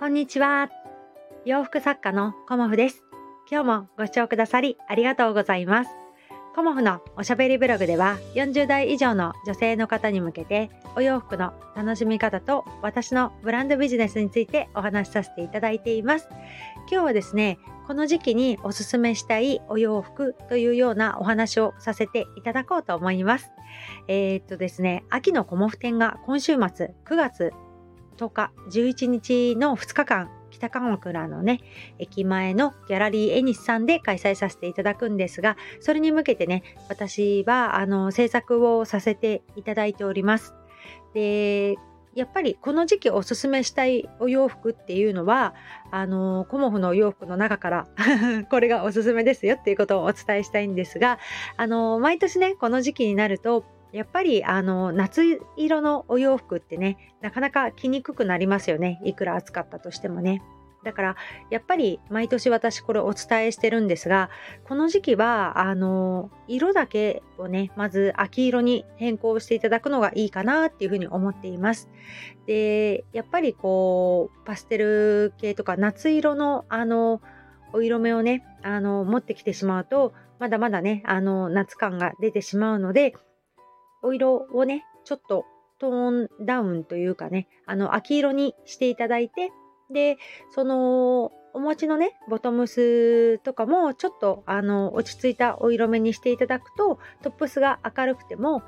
んにちは。洋服作家のコモフです。今日もご視聴くださりありがとうございます。コモフのおしゃべりブログでは40代以上の女性の方に向けてお洋服の楽しみ方と私のブランドビジネスについてお話しさせていただいています。今日はですね、この時期におすすめしたいお洋服というようなお話をさせていただこうと思います。ですね、秋のコモフ展が今週末9月10日11日の2日間北鎌倉のね駅前のギャラリーエニスさんで開催させていただくんですが、それに向けてね私は制作をさせていただいております。でやっぱりこの時期おすすめしたいお洋服っていうのはコモフのお洋服の中からこれがおすすめですよっていうことをお伝えしたいんですが、毎年ねこの時期になるとやっぱり夏色のお洋服ってねなかなか着にくくなりますよね、いくら暑かったとしてもね。だからやっぱり毎年私これお伝えしてるんですが、この時期は色だけをねまず秋色に変更していただくのがいいかなっていうふうに思っています。でやっぱりこうパステル系とか夏色のお色目をね持ってきてしまうとまだまだね夏感が出てしまうので、お色をねちょっとトーンダウンというかね秋色にしていただいて、でそのお持ちのねボトムスとかもちょっと落ち着いたお色目にしていただくと、トップスが明るくても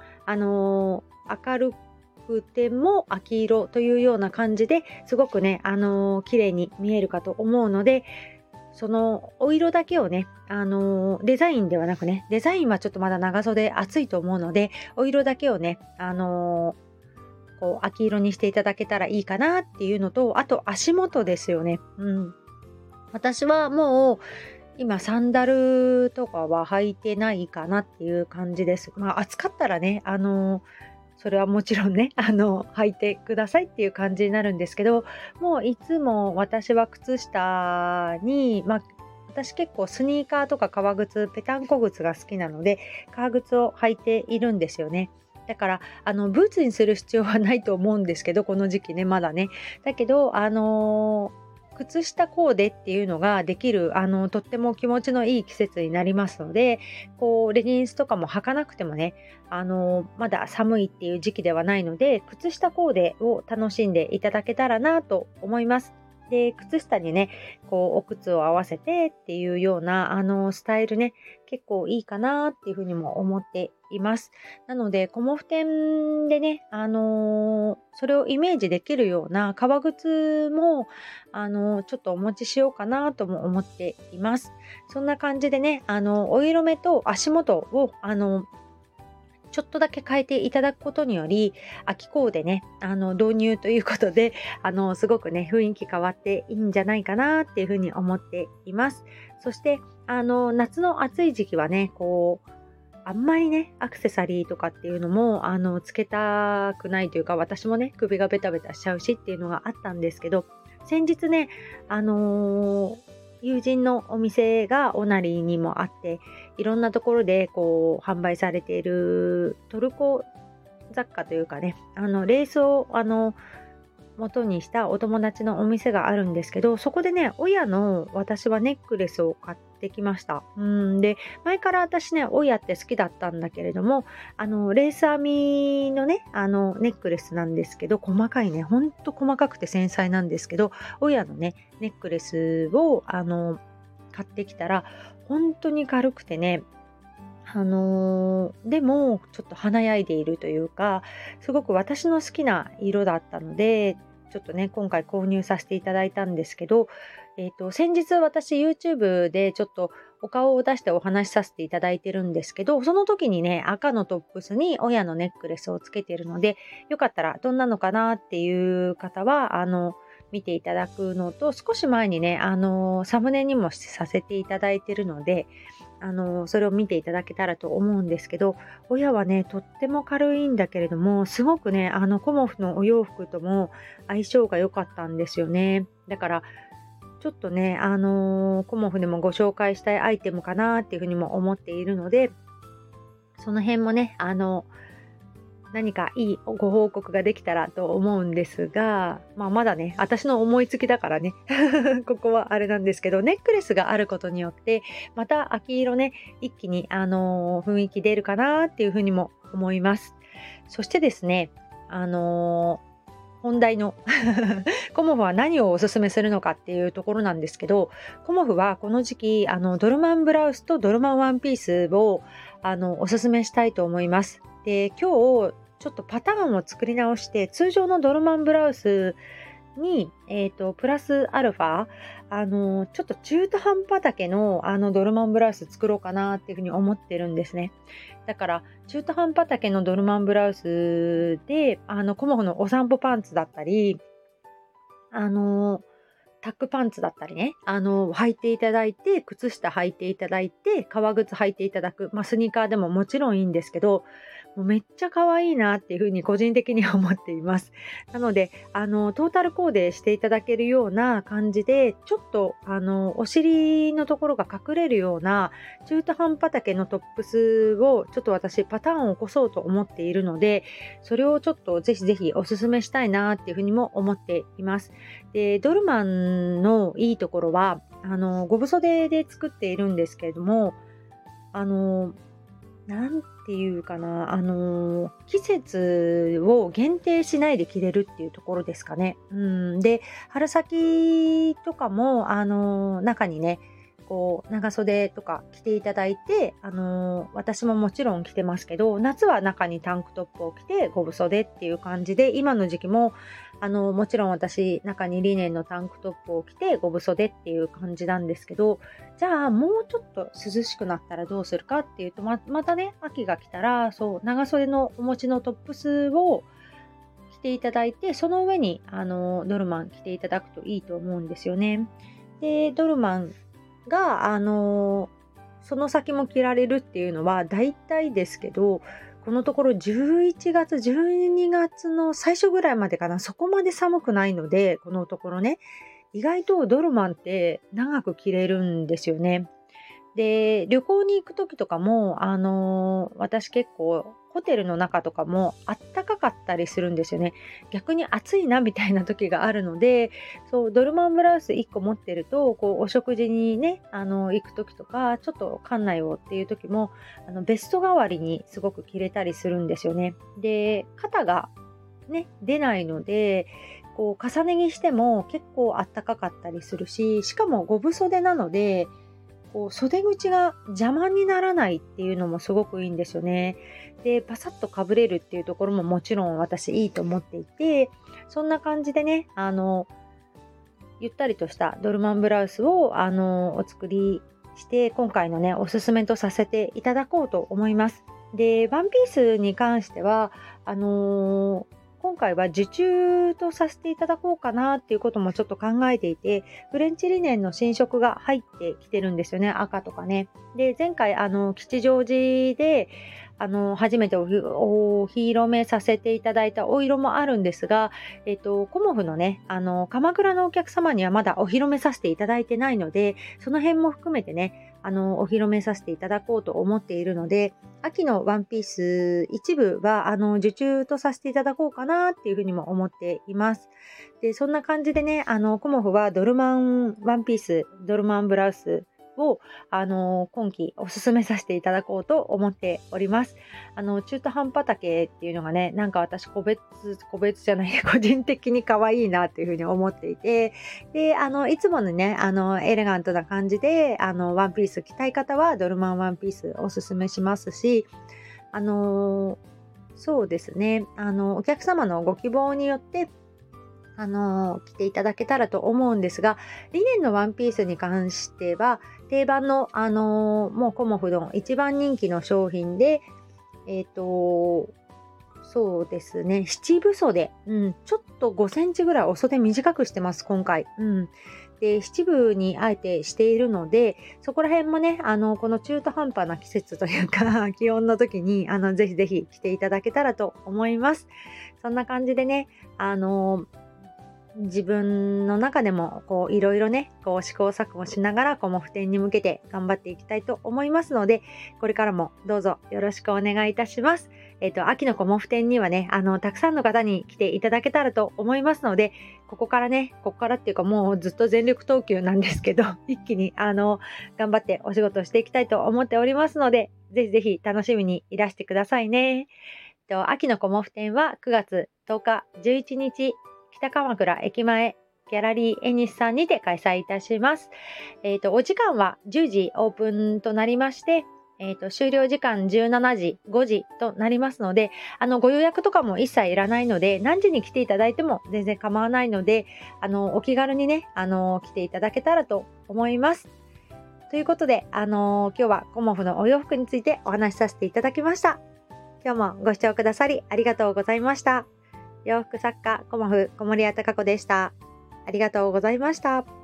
秋色というような感じですごくね綺麗に見えるかと思うので、そのお色だけをね、デザインではなくね、デザインはちょっとまだ長袖暑いと思うので、お色だけをね、こう秋色にしていただけたらいいかなっていうのと、あと足元ですよね。私はもう今サンダルとかは履いてないかなっていう感じです。暑かったらね、それはもちろんね履いてくださいっていう感じになるんですけど、もういつも私は靴下に私結構スニーカーとか革靴、ペタンコ靴が好きなので革靴を履いているんですよね。だからブーツにする必要はないと思うんですけど、この時期ねまだね。だけど靴下コーデっていうのができるとっても気持ちのいい季節になりますので、こうレギンスとかも履かなくてもねまだ寒いっていう時期ではないので、靴下コーデを楽しんでいただけたらなと思います。で靴下にねこうお靴を合わせてっていうようなスタイルね結構いいかなっていうふうにも思っています。なのでコモフ展でねそれをイメージできるような革靴もちょっとお持ちしようかなとも思っています。そんな感じでねお色目と足元をちょっとだけ変えていただくことにより秋コーデね導入ということですごくね雰囲気変わっていいんじゃないかなっていうふうに思っています。そして夏の暑い時期はねこうあんまりねアクセサリーとかっていうのもつけたくないというか、私もね首がベタベタしちゃうしっていうのがあったんですけど、先日ね友人のお店が小成にもあって、いろんなところでこう販売されているトルコ雑貨というかねレースを元にしたお友達のお店があるんですけど、そこでね親の私はネックレスを買ってきました。で前から私ね親って好きだったんだけれどもレース編みのねネックレスなんですけど、細かいねほんと細かくて繊細なんですけど、親のねネックレスを買ってきたら本当に軽くてねでもちょっと華やいでいるというか、すごく私の好きな色だったのでちょっとね今回購入させていただいたんですけど、先日私 YouTube でちょっとお顔を出してお話しさせていただいてるんですけど、その時にね赤のトップスに親のネックレスをつけているので、よかったらどんなのかなっていう方は見ていただくのと、少し前にねサムネにもさせていただいてるのでそれを見ていただけたらと思うんですけど、親はねとっても軽いんだけれどもすごくねコモフのお洋服とも相性が良かったんですよね。だからちょっとねコモフでもご紹介したいアイテムかなっていうふうにも思っているので、その辺もね何かいいご報告ができたらと思うんですが、まだね、私の思いつきだからね、ここはあれなんですけど、ネックレスがあることによって、また秋色ね、一気に、雰囲気出るかなっていうふうにも思います。そしてですね、本題のコモフは何をおすすめするのかっていうところなんですけど、コモフはこの時期ドルマンブラウスとドルマンワンピースをおすすめしたいと思います。で、今日ちょっとパターンを作り直して、通常のドルマンブラウスに、プラスアルファ、ちょっと中途半端丈のドルマンブラウス作ろうかなっていうふうに思ってるんですね。だから中途半端丈のドルマンブラウスで、コモフのお散歩パンツだったり、タックパンツだったりね、履いていただいて、靴下履いていただいて、革靴履いていただく、スニーカーでももちろんいいんですけど、もうめっちゃ可愛いなっていうふうに個人的には思っています。なので、トータルコーデしていただけるような感じで、ちょっと、お尻のところが隠れるような中途半端丈のトップスをちょっと私パターンを起こそうと思っているので、それをちょっとぜひぜひおすすめしたいなっていうふうにも思っています。で、ドルマンのいいところは、ゴブ袖で作っているんですけれども、なんていうかな、季節を限定しないで着れるっていうところですかね。で、春先とかも、中にね、こう、長袖とか着ていただいて、私ももちろん着てますけど、夏は中にタンクトップを着て、ゴブ袖っていう感じで、今の時期も、もちろん私、中にリネンのタンクトップを着て、ゴブ袖っていう感じなんですけど、じゃあ、もうちょっと涼しくなったらどうするかっていうと、またね、秋が来たら、そう、長袖のお持ちのトップスを着ていただいて、その上に、ドルマン着ていただくといいと思うんですよね。で、ドルマンが、その先も着られるっていうのは、大体ですけど、このところ11月、12月の最初ぐらいまでかな、そこまで寒くないので、このところね、意外とドルマンって長く着れるんですよね。で、旅行に行く時とかも、私結構ホテルの中とかもあったかかったりするんですよね。逆に暑いなみたいな時があるので、そう、ドルマンブラウス1個持ってると、こう、お食事にね、行く時とか、ちょっと館内をっていう時も、ベスト代わりにすごく着れたりするんですよね。で、肩がね、出ないので、こう、重ね着しても結構あったかかったりするし、しかもゴブ袖なので、こう袖口が邪魔にならないっていうのもすごくいいんですよね。で、パサッとかぶれるっていうところももちろん私いいと思っていて、そんな感じでね、ゆったりとしたドルマンブラウスを、お作りして、今回のね、おすすめとさせていただこうと思います。で、ワンピースに関しては、今回は受注とさせていただこうかなっていうこともちょっと考えていて、フレンチリネンの新色が入ってきてるんですよね、赤とかね。で、前回、吉祥寺で、初めてお披露目させていただいたお色もあるんですが、コモフのね、鎌倉のお客様にはまだお披露目させていただいてないので、その辺も含めてね、お披露目させていただこうと思っているので、秋のワンピース一部は、受注とさせていただこうかなっていうふうにも思っています。で、そんな感じでね、コモフはドルマンワンピース、ドルマンブラウスを、今期おすすめさせていただこうと思っております。中途半端丈っていうのがね、なんか私個別じゃない、個人的に可愛いなっていうふうに思っていて、で、いつものね、エレガントな感じで、ワンピース着たい方はドルマンワンピースおすすめしますし、そうですね、お客様のご希望によって、着ていただけたらと思うんですが、リネンのワンピースに関しては、定番の、もうコモフの一番人気の商品で、そうですね、七分袖、ちょっと5センチぐらいお袖短くしてます、今回。で、七分にあえてしているので、そこら辺もね、この中途半端な季節というか、気温の時に、ぜひぜひ着ていただけたらと思います。そんな感じでね、自分の中でもこういろいろね、こう試行錯誤しながらコモフ展に向けて頑張っていきたいと思いますので、これからもどうぞよろしくお願いいたします。 秋のコモフ展にはね、たくさんの方に来ていただけたらと思いますので、ここからっていうかもうずっと全力投球なんですけど、一気に頑張ってお仕事していきたいと思っておりますので、ぜひぜひ楽しみにいらしてくださいね。秋のコモフ展は9月10日、11日、北鎌倉駅前、ギャラリーエニスさんにて開催いたします。お時間は10時オープンとなりまして、終了時間17時、5時となりますので、ご予約とかも一切いらないので、何時に来ていただいても全然構わないので、お気軽にね、来ていただけたらと思います。ということで、今日はコモフのお洋服についてお話しさせていただきました。今日もご視聴くださりありがとうございました。洋服作家コモフ小森屋隆子でした。ありがとうございました。